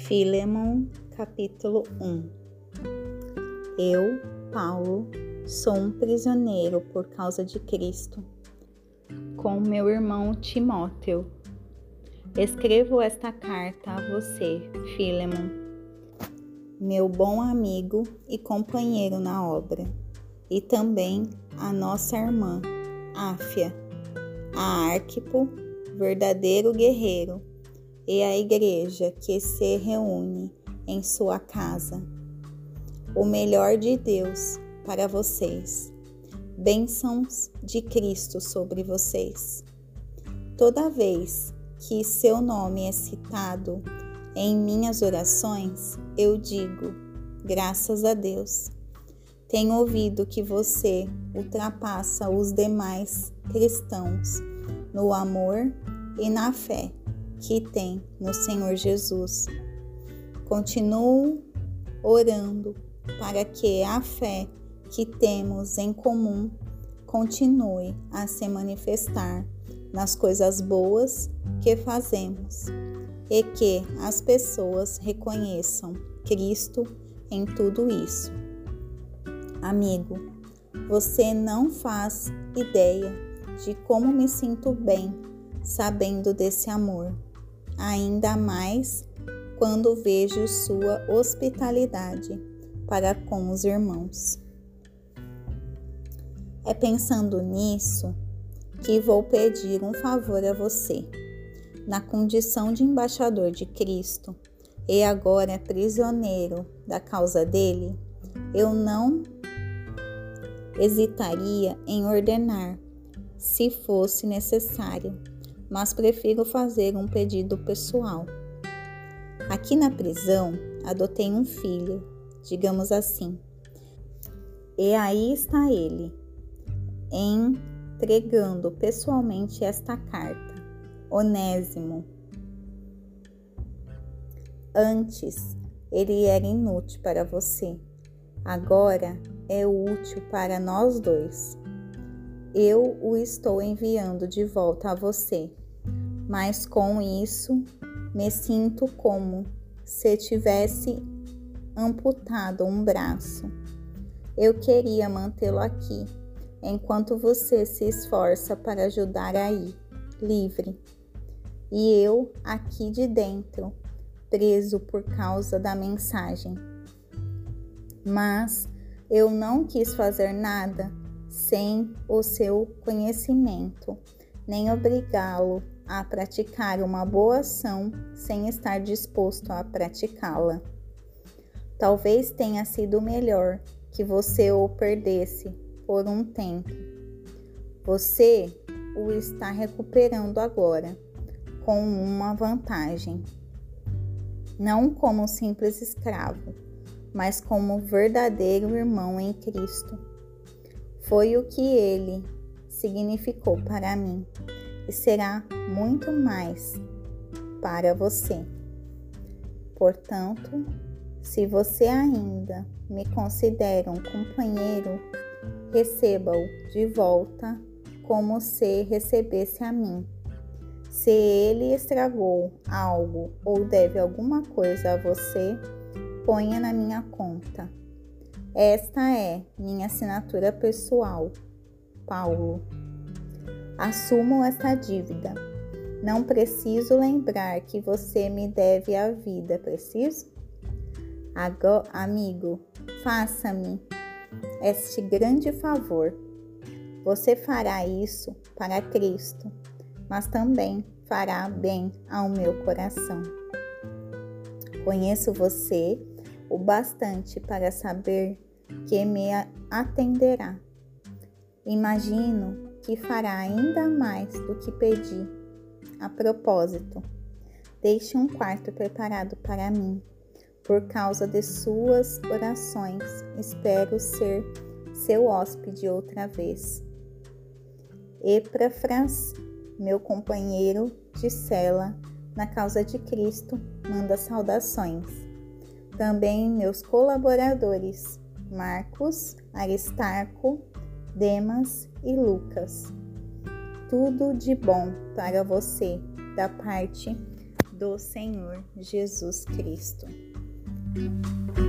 Filemon, capítulo 1. Eu, Paulo, sou um prisioneiro por causa de Cristo, com meu irmão Timóteo. Escrevo esta carta a você, Filemon, meu bom amigo e companheiro na obra, e também a nossa irmã, Áfia, a Arquipo, verdadeiro guerreiro, e a igreja que se reúne em sua casa. O melhor de Deus para vocês. Bênçãos de Cristo sobre vocês. Toda vez que seu nome é citado em minhas orações, eu digo, graças a Deus. Tenho ouvido que você ultrapassa os demais cristãos no amor e na fé que tem no Senhor Jesus. Continuo orando para que a fé que temos em comum continue a se manifestar nas coisas boas que fazemos e que as pessoas reconheçam Cristo em tudo isso. Amigo, você não faz ideia de como me sinto bem sabendo desse amor, ainda mais quando vejo sua hospitalidade para com os irmãos. É pensando nisso que vou pedir um favor a você. Na condição de embaixador de Cristo e agora prisioneiro da causa dele, eu não hesitaria em ordenar, se fosse necessário, mas prefiro fazer um pedido pessoal. Aqui na prisão, adotei um filho, digamos assim, e aí está ele, entregando pessoalmente esta carta. Onésimo. Antes, ele era inútil para você, agora é útil para nós dois. Eu o estou enviando de volta a você, mas com isso me sinto como se tivesse amputado um braço. Eu queria mantê-lo aqui, enquanto você se esforça para ajudar a ir, livre. E eu aqui de dentro, preso por causa da mensagem. Mas eu não quis fazer nada sem o seu conhecimento, nem obrigá-lo a praticar uma boa ação sem estar disposto a praticá-la. Talvez tenha sido melhor que você o perdesse por um tempo. Você o está recuperando agora, com uma vantagem. Não como um simples escravo, mas como verdadeiro irmão em Cristo. Foi o que ele significou para mim e será muito mais para você. Portanto, se você ainda me considera um companheiro, receba-o de volta como se recebesse a mim. Se ele estragou algo ou deve alguma coisa a você, ponha na minha conta. Esta é minha assinatura pessoal, Paulo. Assumo esta dívida. Não preciso lembrar que você me deve a vida, preciso? Agora, amigo, faça-me este grande favor. Você fará isso para Cristo, mas também fará bem ao meu coração. Conheço você o bastante para saber que me atenderá. Imagino que fará ainda mais do que pedi. A propósito, deixe um quarto preparado para mim. Por causa de suas orações, espero ser seu hóspede outra vez. Epáfras, meu companheiro de cela na causa de Cristo, manda saudações. Também meus colaboradores, Marcos, Aristarco, Demas e Lucas. Tudo de bom para você, da parte do Senhor Jesus Cristo.